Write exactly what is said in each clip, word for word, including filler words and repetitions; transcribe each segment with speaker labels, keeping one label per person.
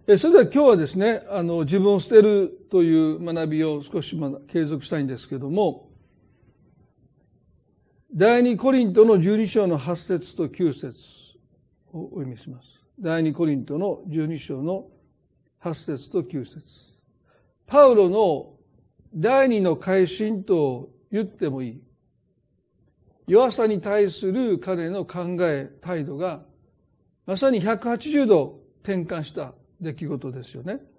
Speaker 1: それでは今日はですね、あの、自分を捨てるという学びを少しまだ継続したいんですけども、第二コリントのじゅうに章のはち節ときゅう節をお読みします。第二コリントのじゅうに章のはち節ときゅう節。パウロの第二の改心と言ってもいい。弱さに対する彼の考え、態度がまさにひゃくはちじゅうど転換した出来事ですよね。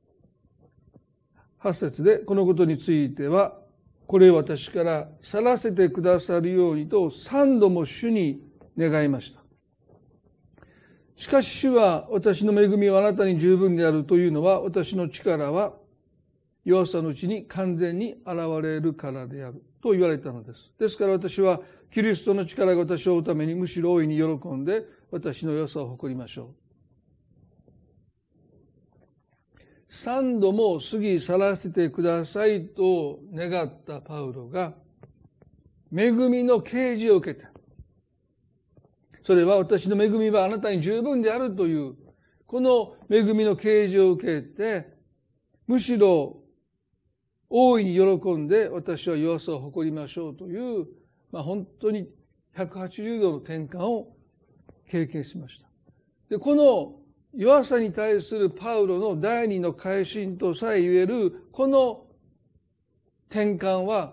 Speaker 1: はち節で、このことについては、これを私から去らせてくださるようにと三度も主に願いました。しかし主は、私の恵みはあなたに十分であるというのは、私の力は弱さのうちに完全に現れるからであると言われたのです。ですから私はキリストの力が私を追うためにむしろ大いに喜んで私の良さを誇りましょう。三度も過ぎ去らせてくださいと願ったパウロが恵みの啓示を受けて、それは私の恵みはあなたに十分であるというこの恵みの啓示を受けて、むしろ大いに喜んで私は弱さを誇りましょうという、まあ、本当にひゃくはちじゅうどの転換を経験しました。で、この弱さに対するパウロの第二の改心とさえ言えるこの転換は、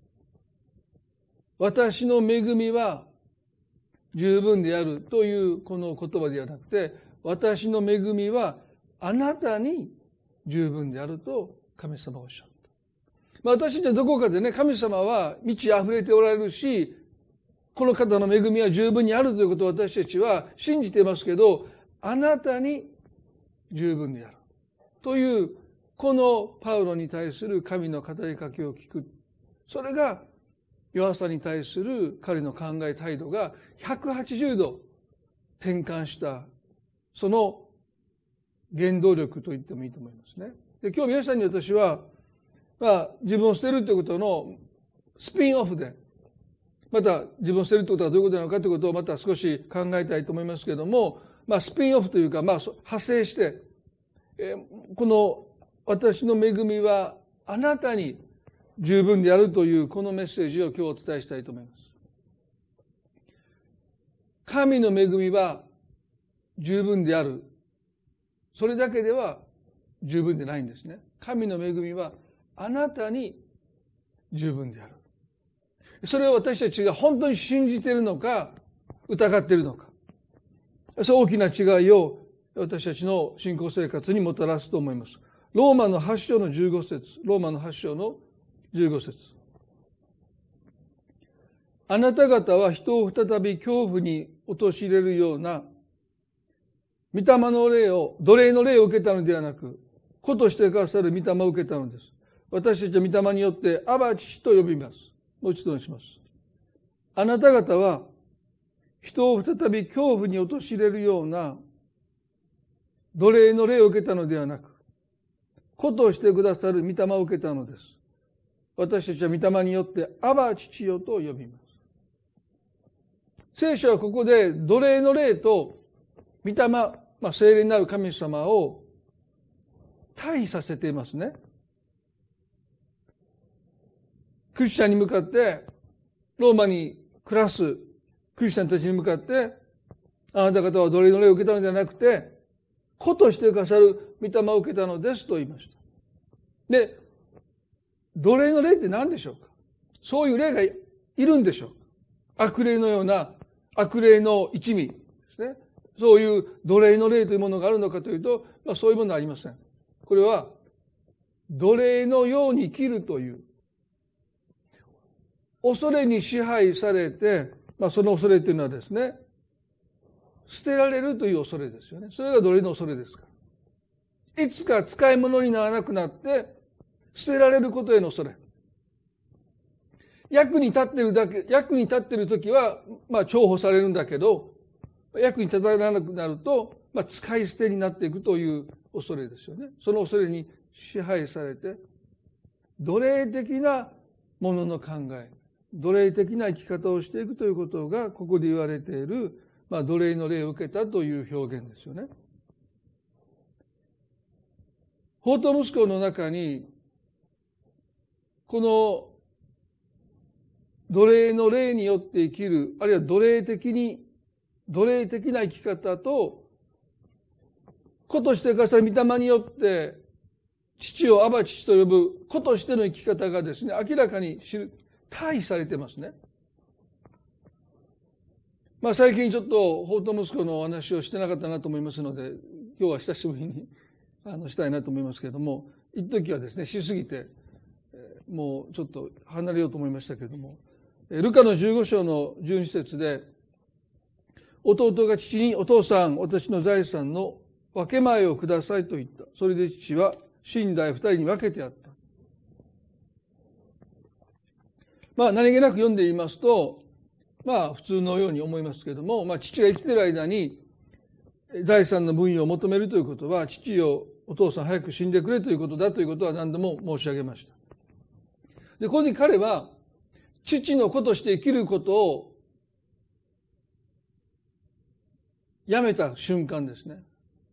Speaker 1: 私の恵みは十分であるというこの言葉ではなくて、私の恵みはあなたに十分であると神様がおっしゃった。まあ、私たちどこかでね、神様は満ち溢れておられるし、この方の恵みは十分にあるということを私たちは信じていますけど、あなたに十分であるというこのパウロに対する神の語りかけを聞く。それが弱さに対する彼の考え態度がひゃくはちじゅうど転換したその原動力と言ってもいいと思いますね。で、今日皆さんに私は、まあ、自分を捨てるということのスピンオフで、また自分を捨てるということはどういうことなのかということをまた少し考えたいと思いますけれども、まあ、スピンオフというか、まあ、派生して、えー、この私の恵みはあなたに十分であるというこのメッセージを今日お伝えしたいと思います。神の恵みは十分である。それだけでは十分でないんですね。神の恵みはあなたに十分である。それを私たちが本当に信じているのか、疑っているのか。そう大きな違いを私たちの信仰生活にもたらすと思います。ローマのはち章のじゅうご節、ローマのはち章のじゅうご節。あなた方は人を再び恐怖に陥れるような御霊の霊を、奴隷の霊を受けたのではなく、子としてくださる御霊を受けたのです。私たちは御霊によってアバ父と呼びます。もう一度にします。あなた方は人を再び恐怖に陥れるような奴隷の霊を受けたのではなく、子としてくださる御霊を受けたのです。私たちは御霊によってアバ父よと呼びます。聖書はここで奴隷の霊と御霊、まあ、聖霊なる神様を対比させていますね。クリスチャンに向かって、ローマに暮らすクリスチャンたちに向かって、あなた方は奴隷の霊を受けたのではなくて、子としてくださる御霊を受けたのですと言いました。で、奴隷の霊って何でしょうか？そういう霊がいるんでしょうか？悪霊のような悪霊の一味ですね。そういう奴隷の霊というものがあるのかというと、まあ、そういうものはありません。これは奴隷のように生きるという恐れに支配されて、まあ、その恐れというのはですね、捨てられるという恐れですよね。それが奴隷の恐れですから。いつか使い物にならなくなって捨てられることへの恐れ。役に立ってるだけ、役に立ってるときは、まあ重宝されるんだけど、役に立たなくなると、まあ使い捨てになっていくという恐れですよね。その恐れに支配されて、奴隷的なものの考え、奴隷的な生き方をしていくということが、ここで言われている、まあ奴隷の霊を受けたという表現ですよね。 法と息子の中に、この奴隷の霊によって生きる、あるいは奴隷的に、奴隷的な生き方と、子として生かされる御霊によって、父をアバ父と呼ぶ子としての生き方がですね、明らかに対比されてますね。まあ最近ちょっと法と息子のお話をしてなかったなと思いますので、今日は久しぶりにあのしたいなと思いますけれども、一時はですね、しすぎて、もうちょっと離れようと思いましたけれども、ルカのじゅうご章のじゅうに節で、弟が父に、お父さん、私の財産の分け前をくださいと言った。それで父は寝台二人に分けてやった。まあ何気なく読んでいますと、まあ普通のように思いますけれども、まあ父が生きている間に財産の分与を求めるということは、父よ、お父さん早く死んでくれということだということは何度も申し上げました。で、ここに彼は、父の子として生きることをやめた瞬間ですね。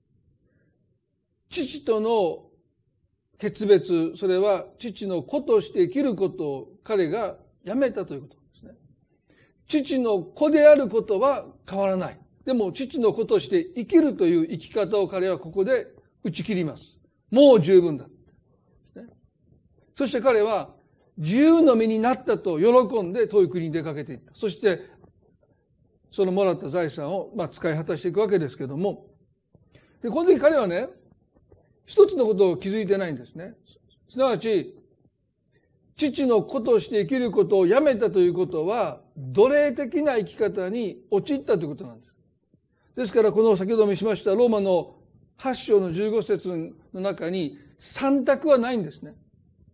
Speaker 1: 父との決別、それは父の子として生きることを彼がやめたということですね。父の子であることは変わらない。でも父の子として生きるという生き方を彼はここで打ち切ります。もう十分だ。そして彼は自由の身になったと喜んで遠い国に出かけていった。そしてそのもらった財産をまあ使い果たしていくわけですけども、でこの時彼はね、一つのことを気づいてないんですね。すなわち、父の子として生きることをやめたということは、奴隷的な生き方に陥ったということなんです。ですから、この先ほどもしましたローマのはち章のじゅうご節の中に三択はないんですね。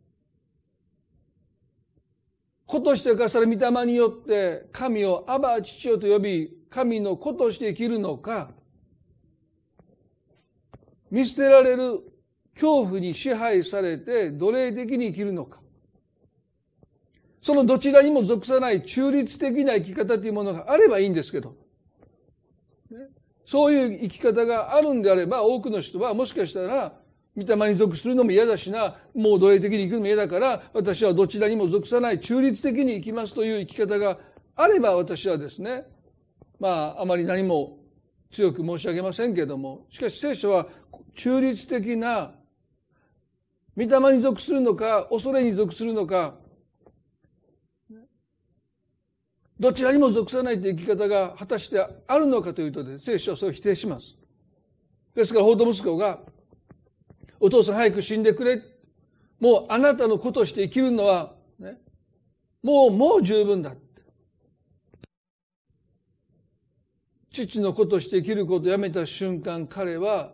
Speaker 1: 子として生かされる御霊によって神をアバ父よと呼び、神の子として生きるのか、見捨てられる恐怖に支配されて奴隷的に生きるのか。そのどちらにも属さない中立的な生き方というものがあればいいんですけど、そういう生き方があるんであれば、多くの人はもしかしたら、御霊に属するのも嫌だしな、もう奴隷的に生きるのも嫌だから、私はどちらにも属さない中立的に生きますという生き方があれば、私はですね、まあ、あまり何も強く申し上げませんけれども、しかし聖書は中立的な、御霊に属するのか、恐れに属するのか、どちらにも属さないという生き方が果たしてあるのかというとですね、聖書はそれを否定します。ですから、法と息子が、お父さん早く死んでくれ。もうあなたの子として生きるのは、ね、もう、もう十分だ。父の子として生きることをやめた瞬間、彼は、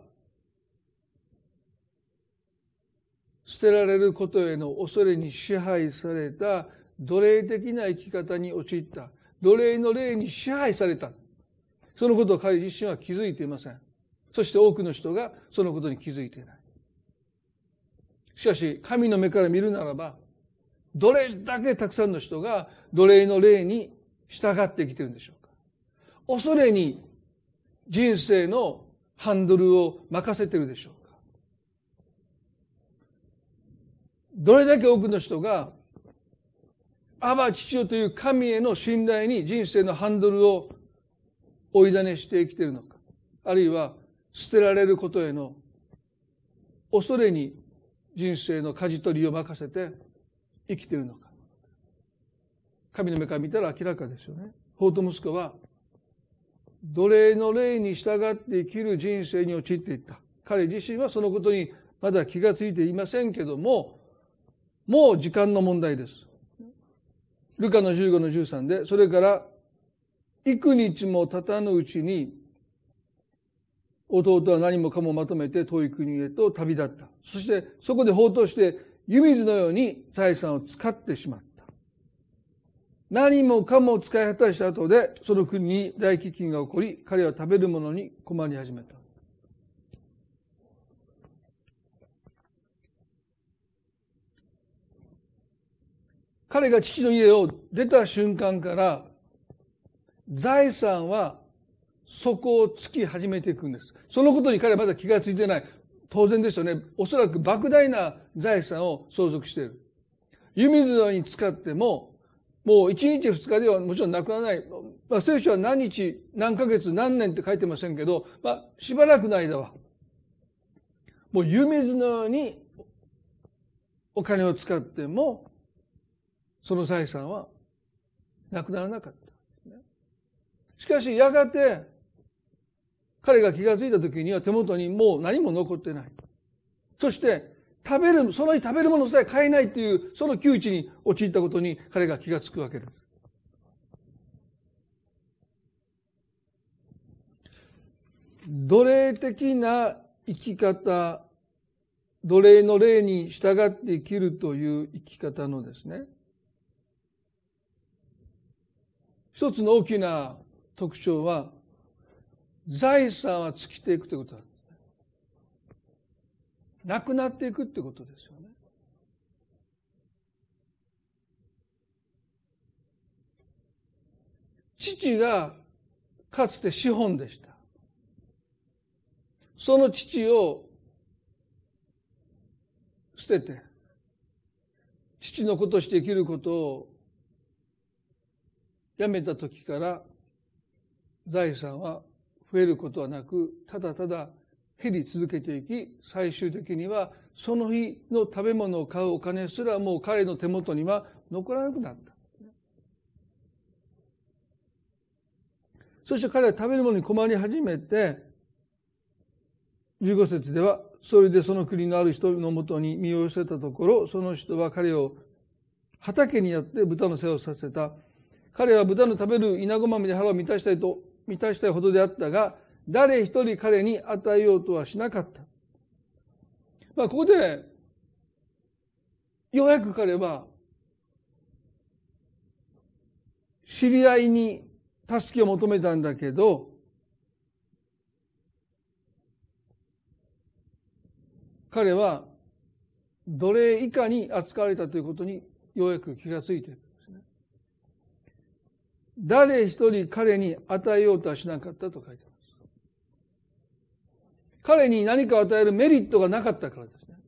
Speaker 1: 捨てられることへの恐れに支配された奴隷的な生き方に陥った。奴隷の霊に支配された。そのことを彼自身は気づいていません。そして多くの人がそのことに気づいていない。しかし、神の目から見るならば、どれだけたくさんの人が奴隷の霊に従ってきているんでしょうか。恐れに人生のハンドルを任せているでしょうか。どれだけ多くの人がアバ父よという神への信頼に人生のハンドルを追い種して生きているのか。あるいは捨てられることへの恐れに人生の舵取りを任せて生きているのか。神の目から見たら明らかですよね。法と息子は奴隷の霊に従って生きる人生に陥っていった。彼自身はそのことにまだ気がついていませんけども、もう時間の問題です。ルカのじゅうごのじゅうさんで、それから幾日も経たぬうちに弟は何もかもまとめて遠い国へと旅立った。そしてそこで放蕩して湯水のように財産を使ってしまった。何もかも使い果たした後でその国に大飢饉が起こり、彼は食べるものに困り始めた。彼が父の家を出た瞬間から財産は底をつき始めていくんです。そのことに彼はまだ気がついてない。 当然ですよね。おそらく莫大な財産を相続している。湯水のように使っても、もう一日二日ではもちろんなくならない。まあ、聖書は何日、何ヶ月、何年って書いてませんけど、まあ、しばらくの間は、もう湯水のようにお金を使っても、その財産はなくならなかった。しかし、やがて、彼が気がついた時には手元にもう何も残ってない。そして、食べる、その日食べるものさえ買えないっていう、その窮地に陥ったことに彼が気がつくわけです。奴隷的な生き方、奴隷の霊に従って生きるという生き方のですね、一つの大きな特徴は、財産は尽きていくということなんです。なくなっていくってことですよね。父がかつて資本でした。その父を捨てて、父の子として生きることをやめた時から財産は増えることはなく、ただただ減り続けていき、最終的にはその日の食べ物を買うお金すらもう彼の手元には残らなくなった。そして彼は食べるものに困り始めて、じゅうご節では、それでその国のある人のもとに身を寄せたところ、その人は彼を畑にやって豚の世話をさせた。彼は豚の食べる稲子豆で腹を満たしたいと、満たしたいほどであったが、誰一人彼に与えようとはしなかった。まあ、ここで、ようやく彼は、知り合いに助けを求めたんだけど、彼は奴隷以下に扱われたということにようやく気がついているんですね。誰一人彼に与えようとはしなかったと書いてあります。彼に何かを与えるメリットがなかったからですね。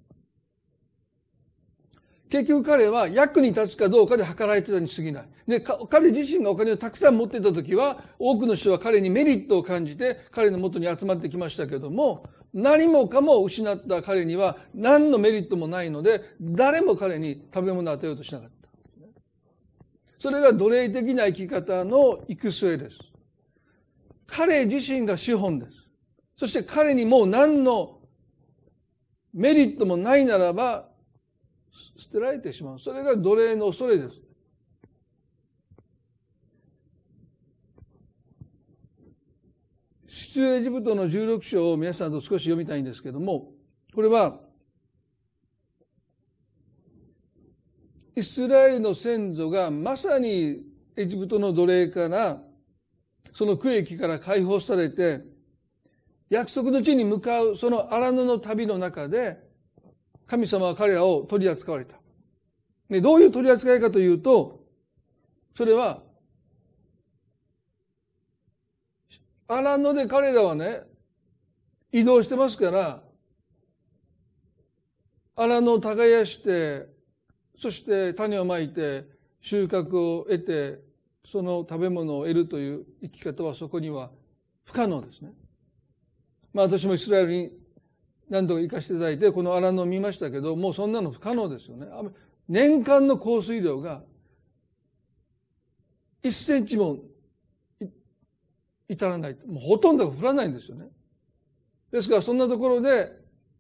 Speaker 1: 結局彼は役に立つかどうかで計られてたに過ぎない。で、彼自身がお金をたくさん持っていたときは、多くの人は彼にメリットを感じて彼の元に集まってきましたけども、何もかも失った彼には何のメリットもないので、誰も彼に食べ物を与えようとしなかった。それが奴隷的な生き方の行く末です。彼自身が資本です。そして彼にもう何のメリットもないならば、捨てられてしまう。それが奴隷の恐れです。出エジプトのじゅうろく章を皆さんと少し読みたいんですけども、これはイスラエルの先祖がまさにエジプトの奴隷からその区域から解放されて約束の地に向かうその荒野の旅の中で神様は彼らを取り扱われた。で、どういう取り扱いかというと、それは荒野で彼らはね、移動してますから、荒野を耕して、そして種をまいて、収穫を得て、その食べ物を得るという生き方はそこには不可能ですね。まあ私もイスラエルに何度か行かせていただいて、この荒野を見ましたけど、もうそんなの不可能ですよね。年間の降水量がいっセンチも至らない。もうほとんどが降らないんですよね。ですからそんなところで、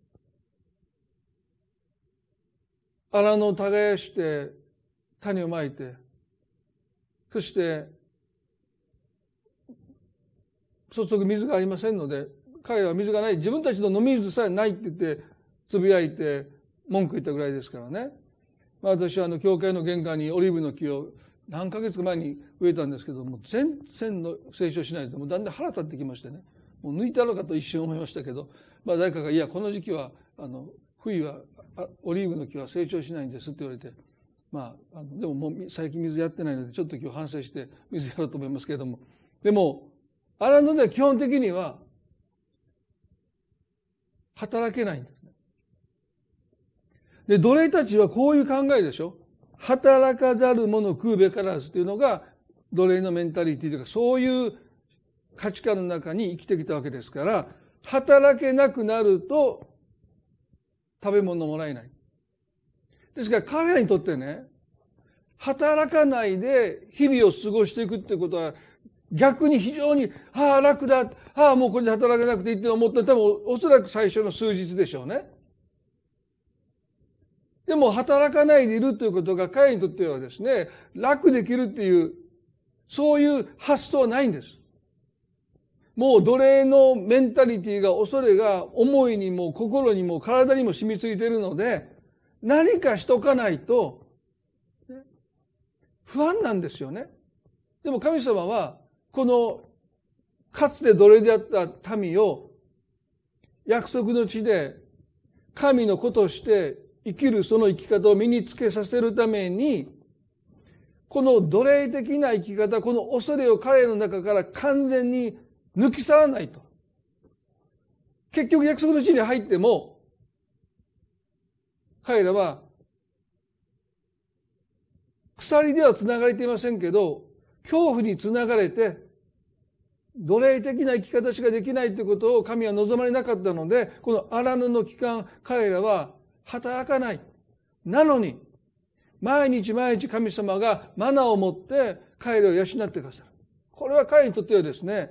Speaker 1: 荒野を耕して、種をまいて、そして、注ぐ水がありませんので、彼らは水がない。自分たちの飲み水さえないって言って、つぶやいて文句言ったぐらいですからね。まあ私はあの、教会の玄関にオリーブの木を何ヶ月か前に植えたんですけども、全然の成長しないと、もうだんだん腹立ってきましてね。もう抜いたのかと一瞬思いましたけど、まあ誰かが、いや、この時期は、あの、冬はオリーブの木は成長しないんですって言われて、まあ、あのでももう最近水やってないので、ちょっと今日反省して水やろうと思いますけれども、でも、荒野では基本的には、 働けないんですね。で、奴隷たちはこういう考えでしょ。働かざる者食うべからずというのが奴隷のメンタリティというか、そういう価値観の中に生きてきたわけですから、働けなくなると食べ物もらえない。ですから彼らにとってね、働かないで日々を過ごしていくっていうことは逆に非常に、ああ楽だ、ああもうこれで働かなくていいって思ったら多分おそらく最初の数日でしょうね。でも働かないでいるということが彼にとってはですね、楽できるっていう、そういう発想はないんです。もう奴隷のメンタリティが、恐れが思いにも心にも体にも染みついているので、何かしとかないと不安なんですよね。でも神様はこのかつて奴隷であった民を約束の地で神の子として生きるその生き方を身につけさせるために、この奴隷的な生き方、この恐れを彼の中から完全に抜き去らないと。結局約束の地に入っても、彼らは鎖では繋がれていませんけど、恐怖に繋がれて、奴隷的な生き方しかできないということを神は望まれなかったので、この荒野の期間、彼らは働かない。なのに、毎日毎日神様がマナを持って彼らを養ってくださる。これは彼にとってはですね、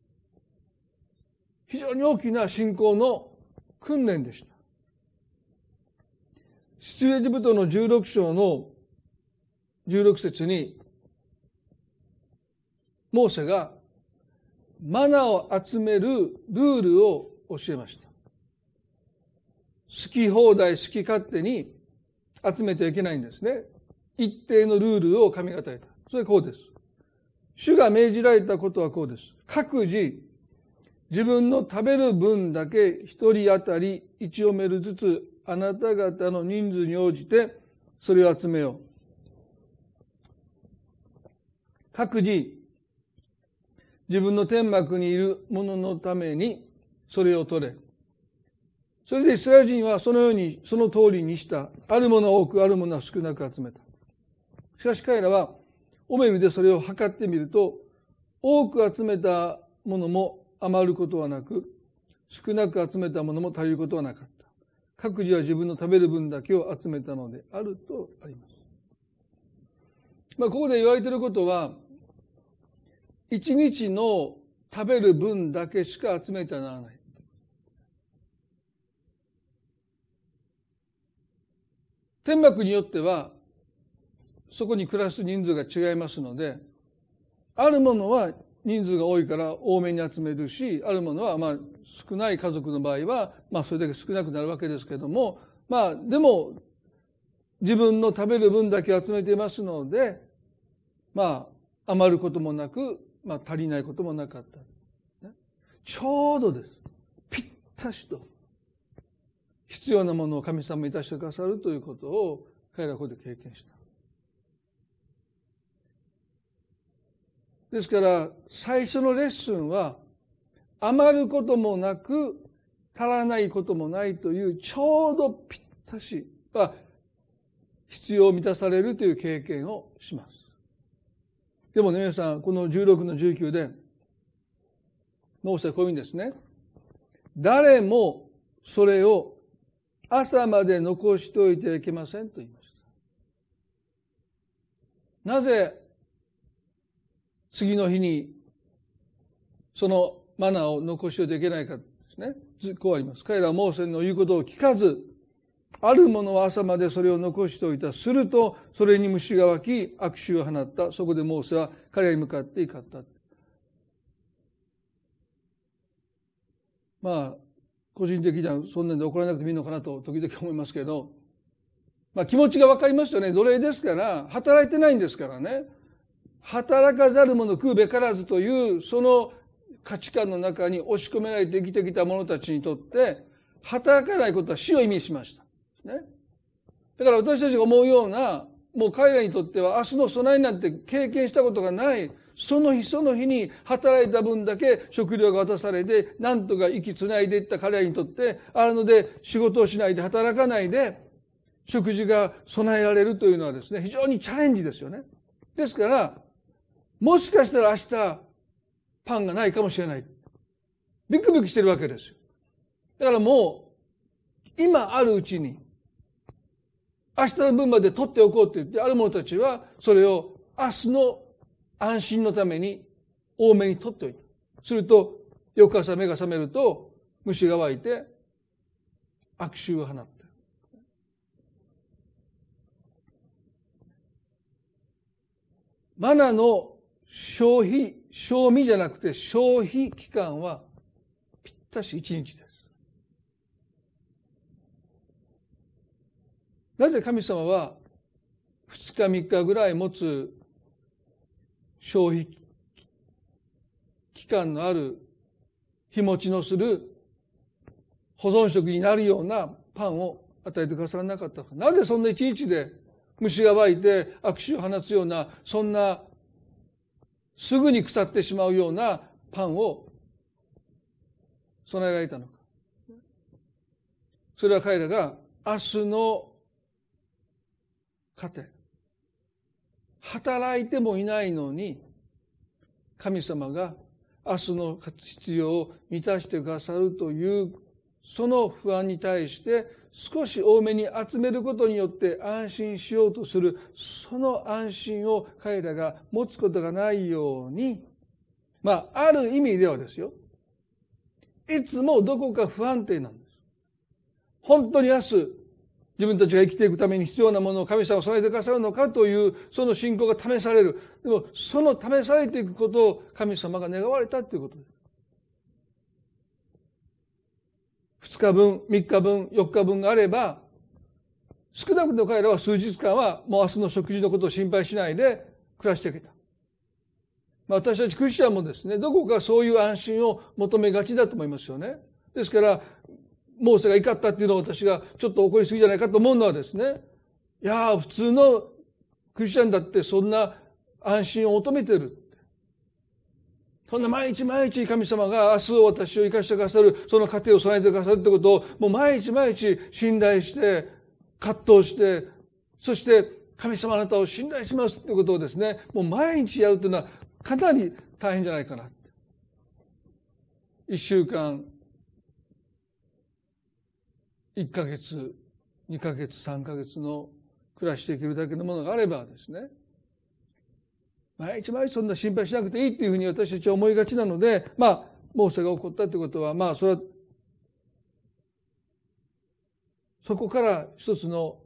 Speaker 1: 非常に大きな信仰の訓練でした。出エジプトのじゅうろく章のじゅうろく節に、モーセがマナを集めるルールを教えました。好き放題好き勝手に集めてはいけないんですね。一定のルールを神が与えた。それはこうです。主が命じられたことはこうです。各自自分の食べる分だけ一人当たり一オメルずつあなた方の人数に応じてそれを集めよう。各自自分の天幕にいる者のためにそれを取れ。それでイスラエル人はそのようにその通りにした。あるものは多く、あるものは少なく集めた。しかし彼らはオメルでそれを測ってみると、多く集めたものも余ることはなく、少なく集めたものも足りることはなかった。各自は自分の食べる分だけを集めたのであるとあります。まあ、ここで言われていることは、一日の食べる分だけしか集めてはならない。天幕によっては、そこに暮らす人数が違いますので、あるものは人数が多いから多めに集めるし、あるものはまあ少ない家族の場合は、まあそれだけ少なくなるわけですけども、まあでも自分の食べる分だけ集めていますので、まあ余ることもなく、まあ足りないこともなかった。ちょうどです。ぴったしと。必要なものを神様にいたしてくださるということを彼らはここで経験した。ですから最初のレッスンは余ることもなく足らないこともないというちょうどぴったしが必要を満たされるという経験をします。でもね、皆さんこのじゅうろくのじゅうきゅうでモーセはこういうんですね。誰もそれを朝まで残しておいてはいけませんと言いました。なぜ次の日にそのマナーを残しておいてはいけないかですね。こうあります。彼らはモーセの言うことを聞かず、ある者は朝までそれを残しておいた。するとそれに虫が湧き悪臭を放った。そこでモーセは彼らに向かって怒った。まあ個人的にはそんなんで怒らなくてもいいのかなと時々思いますけど、まあ気持ちがわかりますよね。奴隷ですから、働いてないんですからね。働かざる者食うべからずというその価値観の中に押し込められて生きてきた者たちにとって、働かないことは死を意味しました。ね。だから私たちが思うような、もう彼らにとっては明日の備えなんて経験したことがない、 その日その日に働いた分だけ食料が渡されて、なんとか息つないでいった彼らにとって、あるので仕事をしないで働かないで、食事が備えられるというのはですね、非常にチャレンジですよね。ですから、もしかしたら明日、パンがないかもしれない。ビクビクしてるわけですよ。だからもう、今あるうちに、明日の分まで取っておこうと言って、ある者たちは、それを明日の安心のために多めに取っておいた。すると、翌朝目が覚めると、虫が湧いて、悪臭を放った。マナの消費、賞味じゃなくて消費期間はぴったし一日です。なぜ神様は二日三日ぐらい持つ消費期間のある日持ちのする保存食になるようなパンを与えてくださらなかったか。なぜそんな一日で虫が湧いて悪臭を放つような、そんなすぐに腐ってしまうようなパンを備えられたのか。それは彼らが明日の糧、働いてもいないのに神様が明日の必要を満たしてくださるというその不安に対して少し多めに集めることによって安心しようとする、その安心を彼らが持つことがないように、まあ、ある意味ではですよ、いつもどこか不安定なんです。本当に明日、自分たちが生きていくために必要なものを神様が備えてくださるのかという、その信仰が試される。でも、その試されていくことを神様が願われたということです。二日分、三日分、四日分があれば、少なくとも彼らは数日間はもう明日の食事のことを心配しないで暮らしていけた。まあ、私たちクリスチャンもですね、どこかそういう安心を求めがちだと思いますよね。ですから、モーセが怒ったっていうのを私がちょっと怒りすぎじゃないかと思うのはですね、いやー、普通のクリスチャンだってそんな安心を求めてる。そんな毎日毎日神様が明日を私を生かしてくださる、その過程を備えてくださるってことを、もう毎日毎日信頼して、葛藤して、そして神様あなたを信頼しますってことをですね、もう毎日やるというのはかなり大変じゃないかな。一週間、一ヶ月、二ヶ月、三ヶ月の暮らしていけるだけのものがあればですね、毎日毎日そんな心配しなくていいっていうふうに私たちは思いがちなので、まあ、モーセが起こったということは、まあ、それは、そこから一つの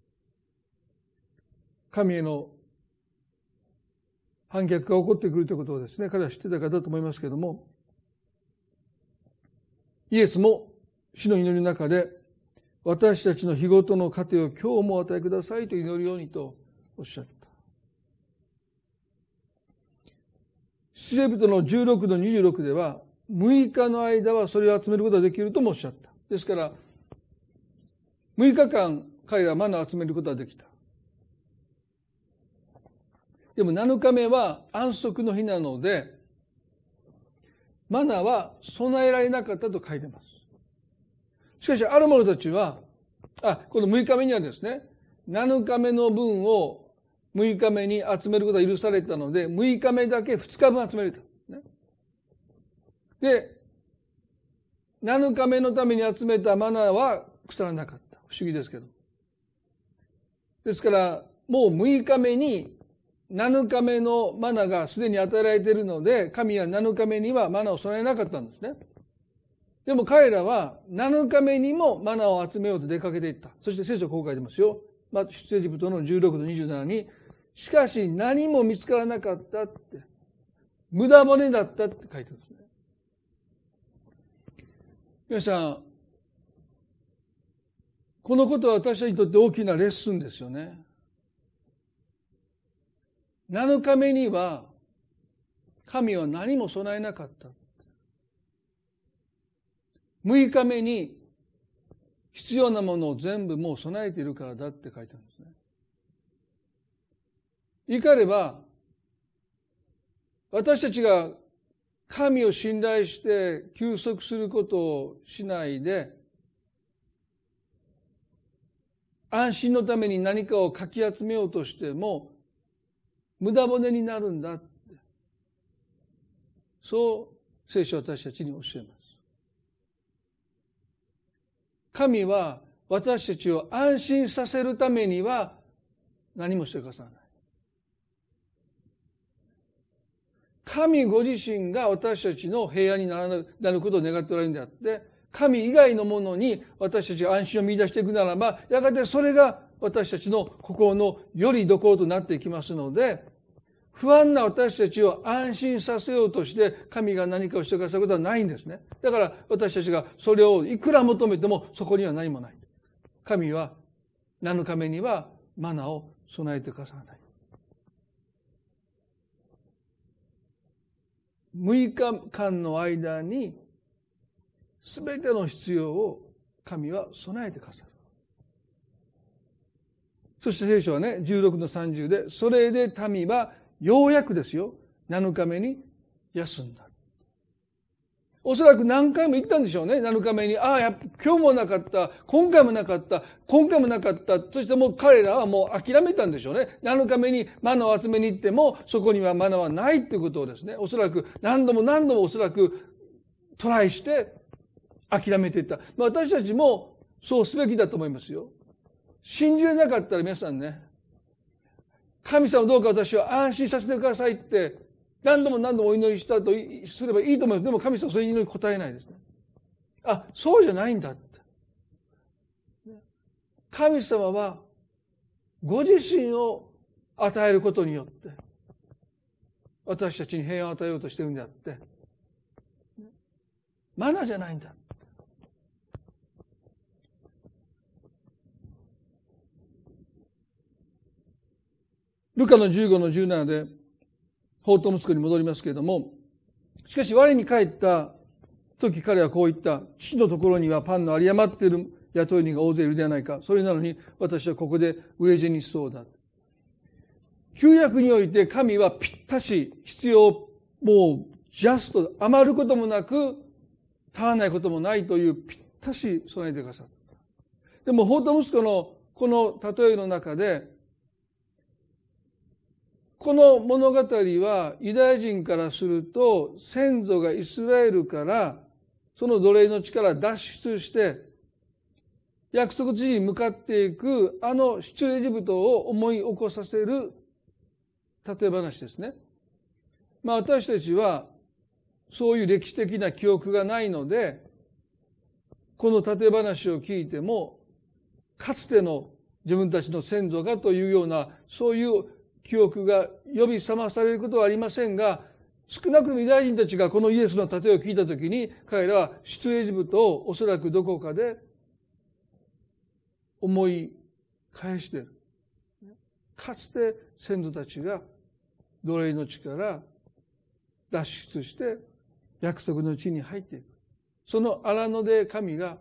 Speaker 1: 神への反逆が起こってくるということをですね、彼は知ってた方だと思いますけれども、イエスも主の祈りの中で、私たちの日ごとの糧を今日もお与えくださいと祈るようにとおっしゃった。出エジプトのじゅうろくのにじゅうろくでは、むいかの間はそれを集めることができるともおっしゃった。ですから、むいかかん彼らはマナを集めることができた。でもなのかめは安息の日なので、マナは備えられなかったと書いてます。しかし、ある者たちは、あ、このむいかめにはですね、なのかめの分をむいかめに集めることが許されたので、むいかめだけふつかぶん集めれた。ね、で、なのかめのために集めたマナーは腐らなかった。不思議ですけど。ですから、もうむいかめになのかめのマナーがすでに与えられているので、神はなのかめにはマナーを備えなかったんですね。でも彼らはなのかめにもマナーを集めようと出かけていった。そして聖書こう書いてますよ。まあ、出エジプトのじゅうろくのにじゅうななに、しかし何も見つからなかったって、無駄骨だったって書いてるんですね。皆さん、このことは私たちにとって大きなレッスンですよね。なのかめには神は何も備えなかった。むいかめに必要なものを全部もう備えているからだって書いてあるんですね。言い換えれば、 私たちが神を信頼して休息することをしないで、安心のために何かをかき集めようとしても無駄骨になるんだって、そう聖書は私たちに教えます。神は私たちを安心させるためには何もしてくださらない。神ご自身が私たちの平安にならなることを願っておられるんであって、神以外のものに私たちが安心を見出していくならば、やがてそれが私たちの心のよりどころとなっていきますので、不安な私たちを安心させようとして神が何かをしてくださることはないんですね。だから私たちがそれをいくら求めてもそこには何もない。神はなのかめにはマナを備えてくださらない。むいかかんの間にすべての必要を神は備えてくださる。そして聖書はね、じゅうろくのさんじゅうで、それで民はようやくですよ、なのかめに休んだ。おそらく何回も言ったんでしょうね、なのかめに。ああ、やっぱ今日もなかった、今回もなかった、今回もなかった。そしてもう彼らはもう諦めたんでしょうね。なのかめにマナを集めに行っても、そこにはマナはないということをですね、おそらく何度も何度もおそらくトライして諦めていった。まあ、私たちもそうすべきだと思いますよ。信じれなかったら皆さんね、神様どうか私を安心させてくださいって何度も何度もお祈りしたとすればいいと思います。でも神様はそれに祈りに応えないですね。あ、そうじゃないんだって。神様はご自身を与えることによって私たちに平安を与えようとしているんであって、マナじゃないんだ。ルカのじゅうごのじゅうななで法と息子に戻りますけれども、しかし我に帰った時彼はこう言った。父のところにはパンの有り余っている雇い人が大勢いるではないか。それなのに私はここで飢え死にしそうだ。旧約において神はぴったし必要、もうジャスト、余ることもなく足らないこともないというぴったし備えてくださった。でも法と息子のこの例えの中で、この物語はユダヤ人からすると先祖がイスラエルからその奴隷の地から脱出して約束地に向かっていくあの出エジプトを思い起こさせる例え話ですね。まあ私たちはそういう歴史的な記憶がないので、この例え話を聞いてもかつての自分たちの先祖がというようなそういう記憶が呼び覚まされることはありませんが、少なくともユダヤ人たちがこのイエスの例えを聞いたときに、彼らは出エジプトをおそらくどこかで思い返している。かつて先祖たちが奴隷の地から脱出して約束の地に入っていく。その荒野で神が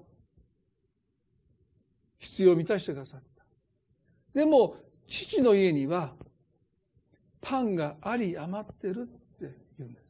Speaker 1: 必要を満たしてくださった。でも父の家にはパンがあり余ってるって言うんです。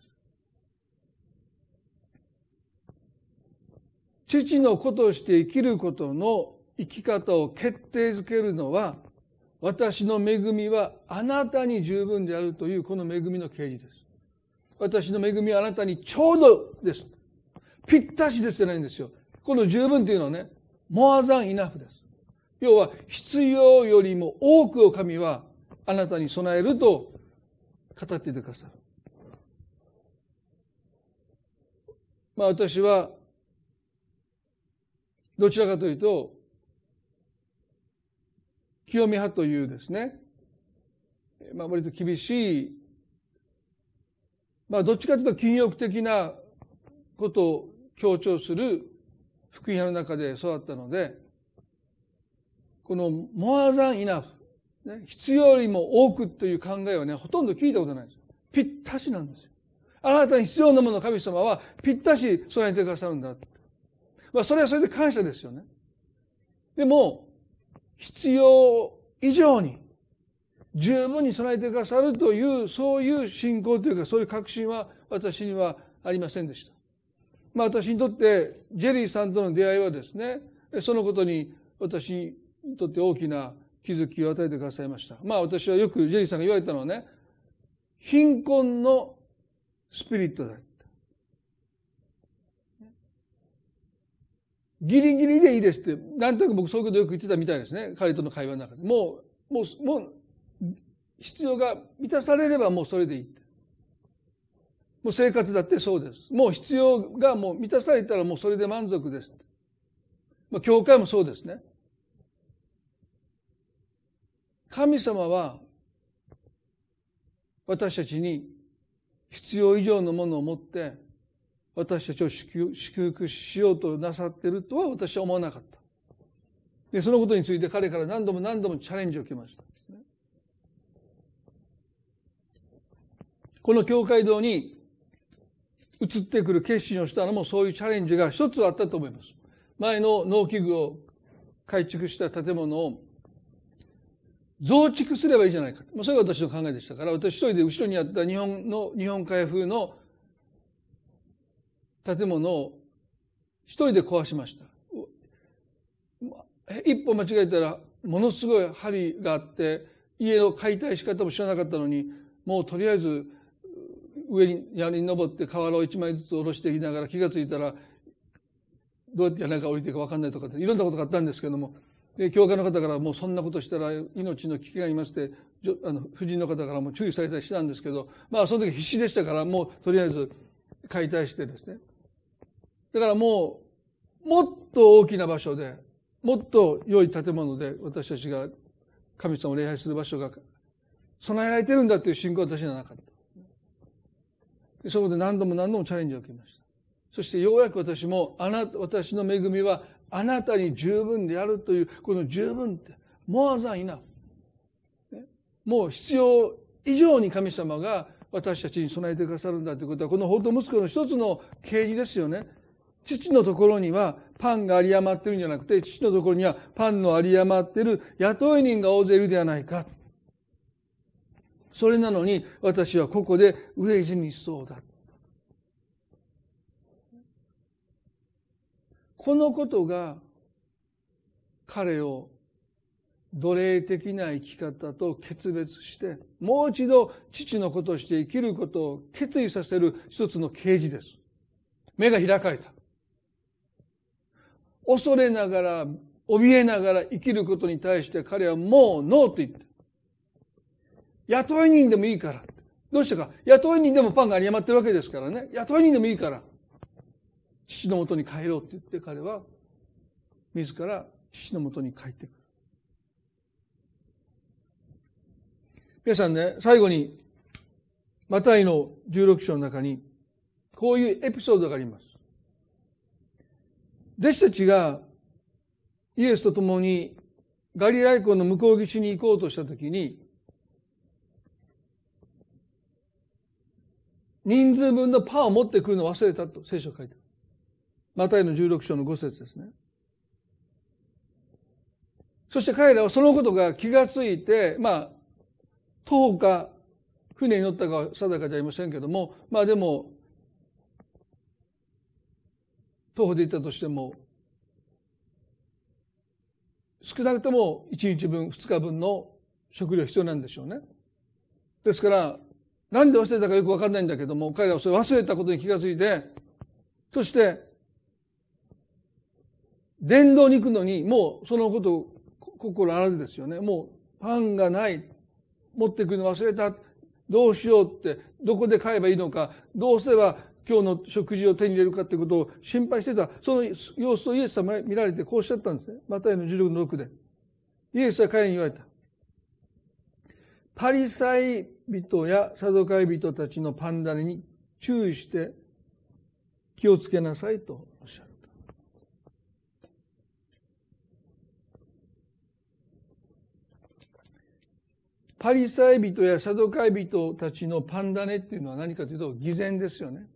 Speaker 1: 父の子として生きることの生き方を決定づけるのは、私の恵みはあなたに十分であるというこの恵みの啓示です。私の恵みはあなたにちょうどです。ぴったしですじゃないんですよ。この十分というのはね、more than enoughです。要は必要よりも多くを神はあなたに備えると語っていてくださる。まあ私はどちらかというと清め派というですね、まあ割と厳しい、まあどっちかというと禁欲的なことを強調する福音派の中で育ったので、この more than enough、ね、必要よりも多くという考えはね、ほとんど聞いたことないです。ぴったしなんですよ。あなたに必要なものを神様はぴったし備えてくださるんだ。まあそれはそれで感謝ですよね。でも、必要以上に十分に備えてくださるという、そういう信仰というか、そういう確信は私にはありませんでした。まあ私にとって、ジェリーさんとの出会いはですね、そのことに私にとって大きな気づきを与えてくださいました。まあ私はよくジェリーさんが言われたのはね、貧困のスピリットだ。ギリギリでいいですって、なんとなく僕そういうことよく言ってたみたいですね。彼との会話の中で。もう、もう、もう、必要が満たされればもうそれでいいって。もう生活だってそうです。もう必要がもう満たされたらもうそれで満足です。まあ、教会もそうですね。神様は私たちに必要以上のものを持って私たちを祝福しようとなさっているとは私は思わなかった。で、そのことについて彼から何度も何度もチャレンジを受けました。この教会堂に移ってくる決心をしたのもそういうチャレンジが一つあったと思います。前の農機具を改築した建物を増築すればいいじゃないか。それが私の考えでしたから、私一人で後ろにあった日本の、日本海風の建物を一人で壊しました。一歩間違えたらものすごい針があって、家の解体仕方も知らなかったのに、もうとりあえず上に屋根に登って瓦を一枚ずつ下ろしていきながら気がついたらどうやって屋根が降りていくか分かんないとかいろんなことがあったんですけども、で教会の方からもうそんなことしたら命の危険がありまして、あの夫人の方からも注意されたりしたんですけど、まあその時必死でしたからもうとりあえず解体してですね。だからもうもっと大きな場所でもっと良い建物で私たちが神様を礼拝する場所が備えられているんだという信仰は私にはなかった。そこで何度も何度もチャレンジを受けました。そしてようやく私もあなた、私の恵みはあなたに十分であるという、この十分って、more than enough。もう必要以上に神様が私たちに備えてくださるんだということは、この法と息子の一つの啓示ですよね。父のところにはパンが有り余ってるんじゃなくて、父のところにはパンの有り余ってる雇い人が大勢いるではないか。それなのに私はここで飢え死にしそうだ。このことが彼を奴隷的な生き方と決別して、もう一度父の子として生きることを決意させる一つの啓示です。目が開かれた。恐れながら、怯えながら生きることに対して彼はもうノーと言って。雇い人でもいいから。どうしてか。雇い人でもパンが有り余ってるわけですからね。雇い人でもいいから。父のもとに帰ろうって言って彼は自ら父のもとに帰ってくる。皆さんね、最後にマタイのじゅうろく章の中にこういうエピソードがあります。弟子たちがイエスと共にガリラヤ湖の向こう岸に行こうとしたときに、人数分のパンを持ってくるのを忘れたと聖書が書いてある。マタイのじゅうろく章のご節ですね。そして彼らはそのことが気がついて、まあ、徒歩か船に乗ったかは定かじゃありませんけども、まあでも、徒歩で行ったとしても、少なくともいちにちぶん、ふつかぶんの食料必要なんでしょうね。ですから、なんで忘れたかよくわかんないんだけども、彼らはそれ忘れたことに気がついて、そして、伝道に行くのに、もうそのことを心あらずですよね。もうパンがない。持ってくるの忘れた。どうしようって、どこで買えばいいのか、どうすれば今日の食事を手に入れるかってことを心配してた。その様子をイエス様が見られてこうおっしゃったんですね。マタイのじゅうろくのろくで。イエスは彼に言われた。パリサイ人やサドカイ人たちのパン種に注意して気をつけなさいとおっしゃる。パリサイ人やサドカイ人たちのパン種っていうのは何かというと偽善ですよね。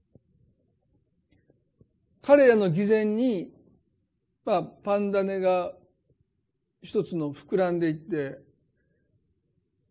Speaker 1: 彼らの偽善に、まあ、パン種が一つの膨らんでいって、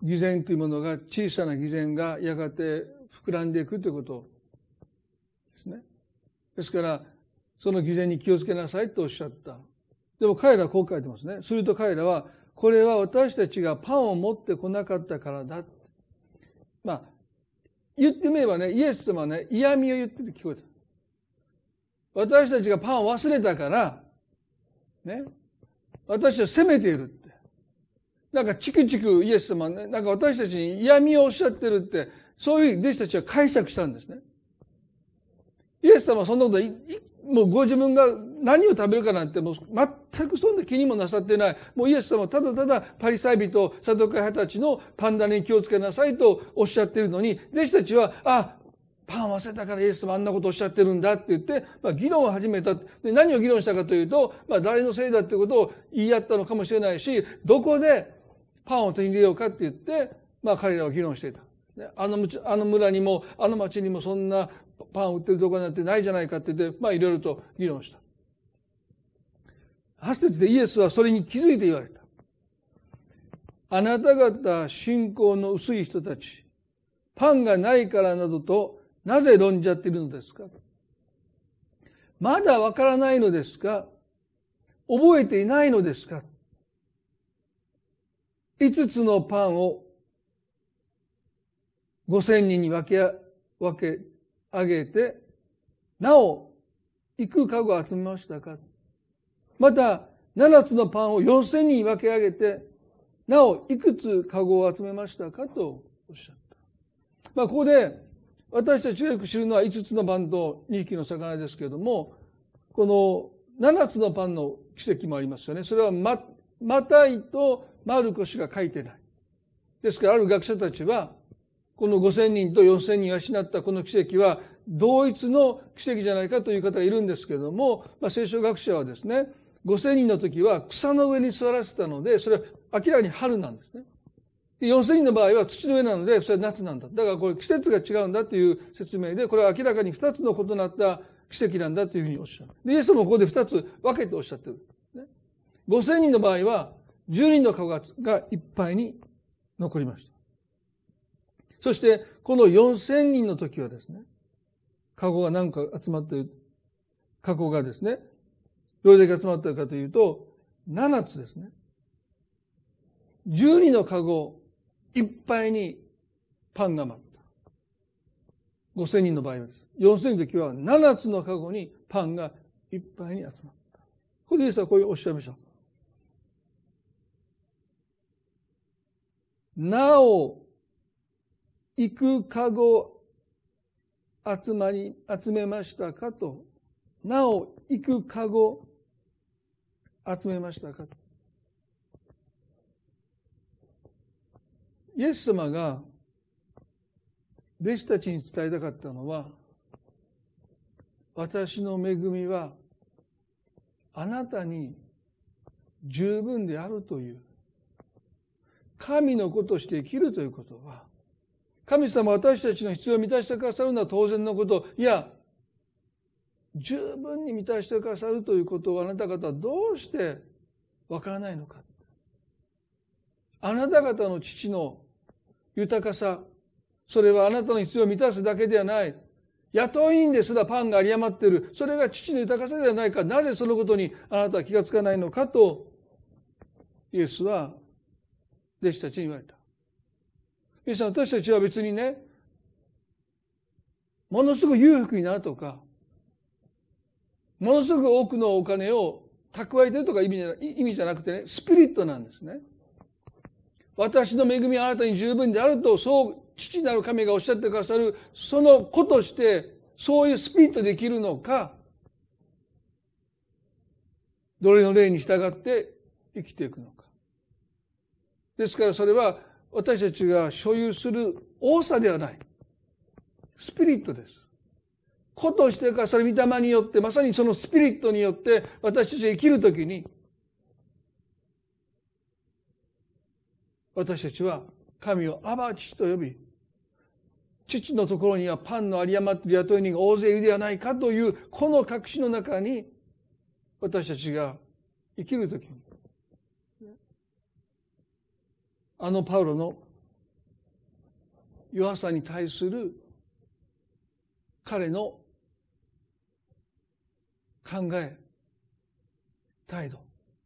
Speaker 1: 偽善というものが、小さな偽善がやがて膨らんでいくということですね。ですから、その偽善に気をつけなさいとおっしゃった。でも彼らはこう書いてますね。すると彼らは、これは私たちがパンを持ってこなかったからだ。まあ、言ってみればね、イエス様はね、嫌味を言ってて聞こえた。私たちがパンを忘れたから、ね、私を責めているって。なんかチクチクイエス様はね、なんか私たちに嫌味をおっしゃってるって、そういう弟子たちは解釈したんですね。イエス様はそんなことい、もうご自分が何を食べるかなんてもう全くそんな気にもなさってない。もうイエス様はただただパリサイ人、サドカイ派たちのパンダに気をつけなさいとおっしゃっているのに、弟子たちは、あ、パン忘れたからイエス様あんなことをおっしゃってるんだって言って、まあ議論を始めた。で、何を議論したかというと、まあ誰のせいだっていうことを言い合ったのかもしれないし、どこでパンを手に入れようかって言って、まあ彼らは議論していた。あの、あの村にも、あの町にもそんなパンを売ってるところなんてないじゃないかって言って、まあいろいろと議論した。はち節でイエスはそれに気づいて言われた。あなた方信仰の薄い人たち、パンがないからなどとなぜ論じ合っているのですか？まだわからないのですか？覚えていないのですか？五つのパンを五千人に分け、分け上げて、なお、幾かご集めましたか？また、七つのパンを四千人に分け上げて、なお、いくつかごを集めましたかとおっしゃった。まあ、ここで、私たちがよく知るのは五つのパンと二匹の魚ですけれども、この七つのパンの奇跡もありますよね。それはマ、マタイとマルコ氏が書いてない。ですから、ある学者たちは、この五千人と四千人を養ったこの奇跡は同一の奇跡じゃないかという方がいるんですけれども、まあ、聖書学者はですね、五千人の時は草の上に座らせたので、それは明らかに春なんですね。四千人の場合は土の上なので、それは夏なんだ。だからこれ季節が違うんだという説明で、これは明らかに二つの異なった奇跡なんだというふうにおっしゃる。で、イエスもここで二つ分けておっしゃってる。五千人の場合は十人の顔がいっぱいに残りました。そして、このよんせんにんの時はですね、カゴが何か集まっている、カゴがですね、どれだけ集まったかというと、ななつですね。じゅうにのカゴいっぱいにパンが待った。ごせんにんの場合はです。よんせんの時はななつのカゴにパンがいっぱいに集まった。ここでイエスはこういうおっしゃいました。なお、幾かご集まり、集めましたかと。なお、幾かご集めましたかと。イエス様が弟子たちに伝えたかったのは、私の恵みはあなたに十分であるという、神の子として生きるということは、神様は私たちの必要を満たしてくださるのは当然のこと。いや、十分に満たしてくださるということをあなた方はどうしてわからないのか。あなた方の父の豊かさ、それはあなたの必要を満たすだけではない。雇い人ですらパンが有り余っている。それが父の豊かさではないか。なぜそのことにあなたは気がつかないのかと、イエスは弟子たちに言われた。皆さん、私たちは別にね、ものすごく裕福になるとか、ものすごく多くのお金を蓄えてるとか意味じゃ、意味じゃなくてね、スピリットなんですね。私の恵みはあなたに十分であると、そう父なる神がおっしゃってくださる、その子として、そういうスピリットできるのか、どれの例に従って生きていくのか。ですからそれは、私たちが所有する多さではない。スピリットです。子としてか、それ御霊によって、まさにそのスピリットによって、私たちが生きるときに、私たちは神をアバ父と呼び、父のところにはパンの有り余っている雇い人が大勢いるではないかという、この確信の中に、私たちが生きるときに、あのパウロの弱さに対する彼の考え、態度。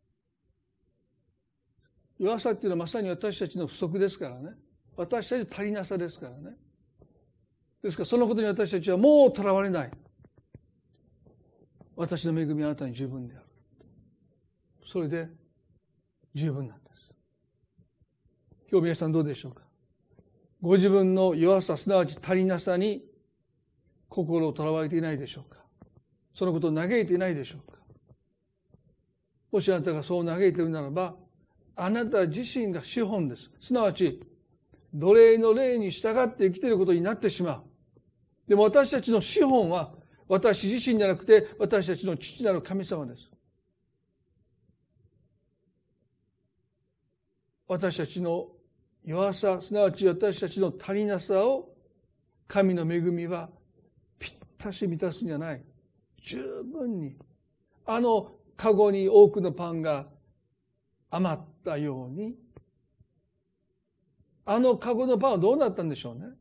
Speaker 1: 弱さっていうのはまさに私たちの不足ですからね。私たちの足りなさですからね。ですからそのことに私たちはもうとらわれない。私の恵みはあなたに十分である。それで十分なんです。今日皆さんどうでしょうか。ご自分の弱さ、すなわち足りなさに心をとらわれていないでしょうか。そのことを嘆いていないでしょうか。もしあなたがそう嘆いているならば、あなた自身が資本です。すなわち、奴隷の霊に従って生きていることになってしまう。でも私たちの資本は、私自身じゃなくて、私たちの父なる神様です。私たちの弱さ、すなわち私たちの足りなさを、神の恵みはぴったし満たすんじゃない。十分に。あのカゴに多くのパンが余ったように、あのカゴのパンはどうなったんでしょうね。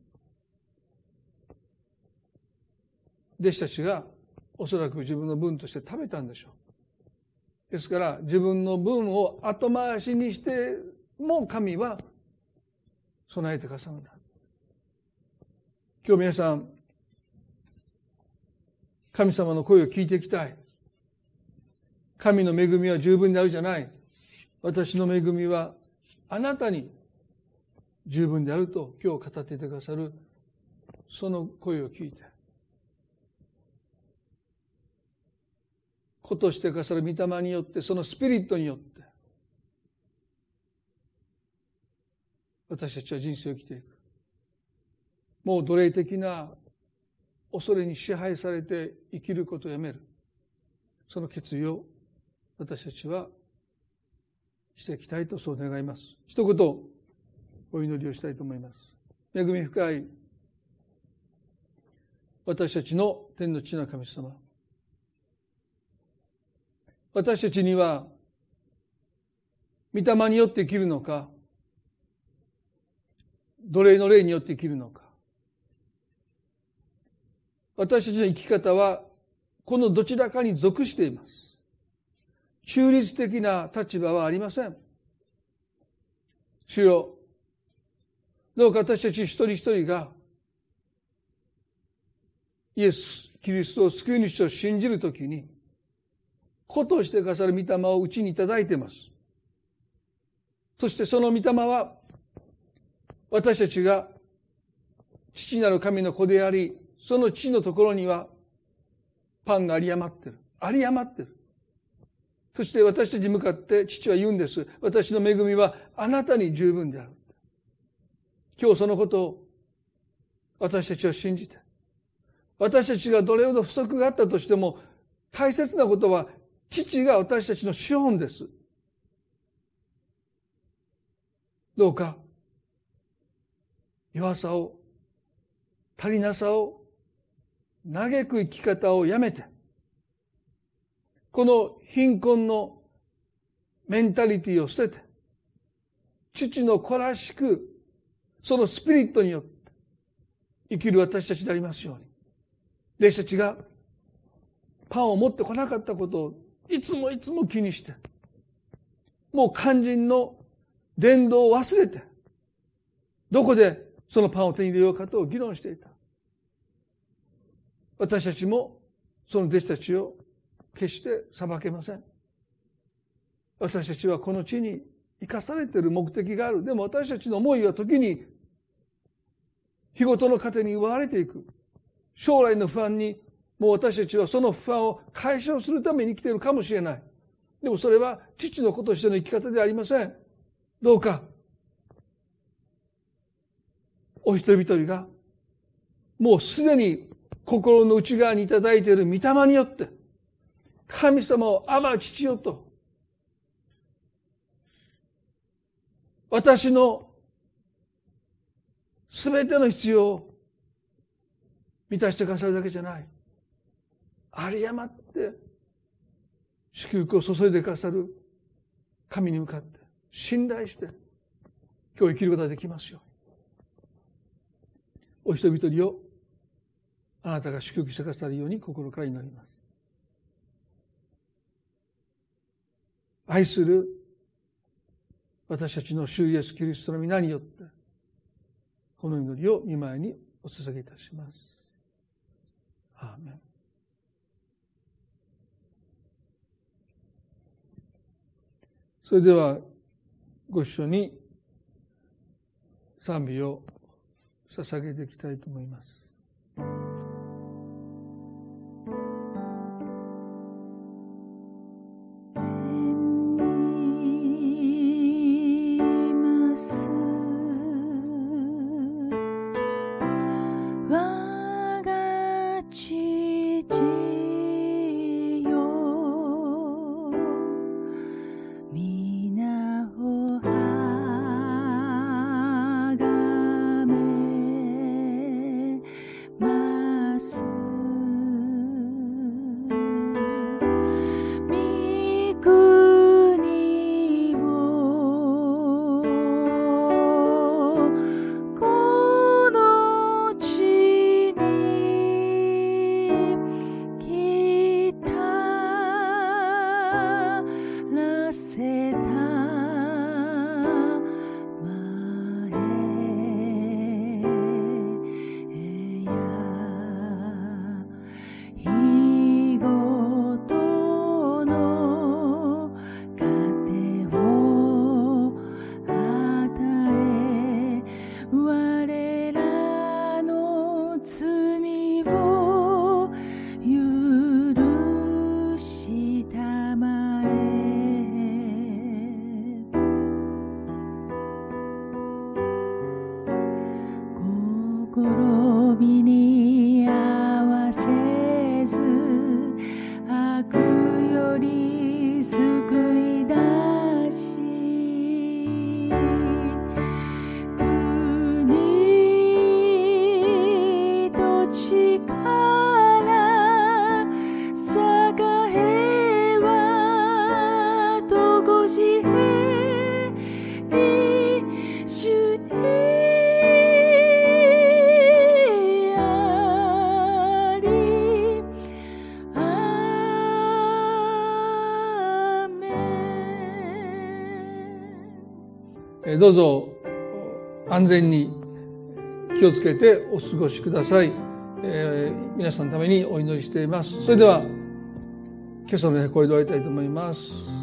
Speaker 1: 弟子たちがおそらく自分の分として食べたんでしょう。ですから自分の分を後回しにしても神は備えてくださるんだ。今日皆さん、神様の声を聞いていきたい。神の恵みは十分であるじゃない。私の恵みはあなたに十分であると今日語っていてくださるその声を聞いて、子としてくださる御霊によって、そのスピリットによって私たちは人生を生きていく。もう奴隷的な恐れに支配されて生きることをやめる、その決意を私たちはしていきたいとそう願います。一言お祈りをしたいと思います。恵み深い私たちの天の父なる神様、私たちには御霊によって生きるのか、奴隷の霊によって生きるのか、私たちの生き方はこのどちらかに属しています。中立的な立場はありません。主よ、どうか私たち一人一人がイエス・キリストを救い主を信じるときに、子としてくださる御霊をうちにいただいています。そしてその御霊は私たちが父なる神の子であり、その父のところにはパンが有り余っている。有り余っている。そして私たちに向かって父は言うんです。私の恵みはあなたに十分である。今日そのことを私たちは信じて、私たちがどれほど不足があったとしても、大切なことは父が私たちの資本です。どうか弱さを、足りなさを、嘆く生き方をやめて、この貧困のメンタリティを捨てて、父の子らしく、そのスピリットによって生きる私たちでありますように。弟子たちがパンを持ってこなかったことをいつもいつも気にして、もう肝心の伝道を忘れて、どこでそのパンを手に入れようかと議論していた。私たちもその弟子たちを決して裁けません。私たちはこの地に生かされている目的がある。でも私たちの思いは時に日ごとの糧に奪われていく。将来の不安に、もう私たちはその不安を解消するために生きているかもしれない。でもそれは父の子としての生き方ではありません。どうかお一人一人がもうすでに心の内側にいただいている御霊によって神様をアバ父よと、私のすべての必要を満たしてくださるだけじゃない、有り余って祝福を注いでくださる神に向かって信頼して今日生きることができますように。 お一人一人をあなたが祝福してくださるように心から祈ります。愛する私たちの主イエスキリストの皆によってこの祈りを御前にお捧げいたします。アーメン。それではご一緒に賛美を捧げていきたいと思います。どうぞ安全に気をつけてお過ごしください。えー、皆さんのためにお祈りしています。それでは今朝の礼これで終わりたいと思います。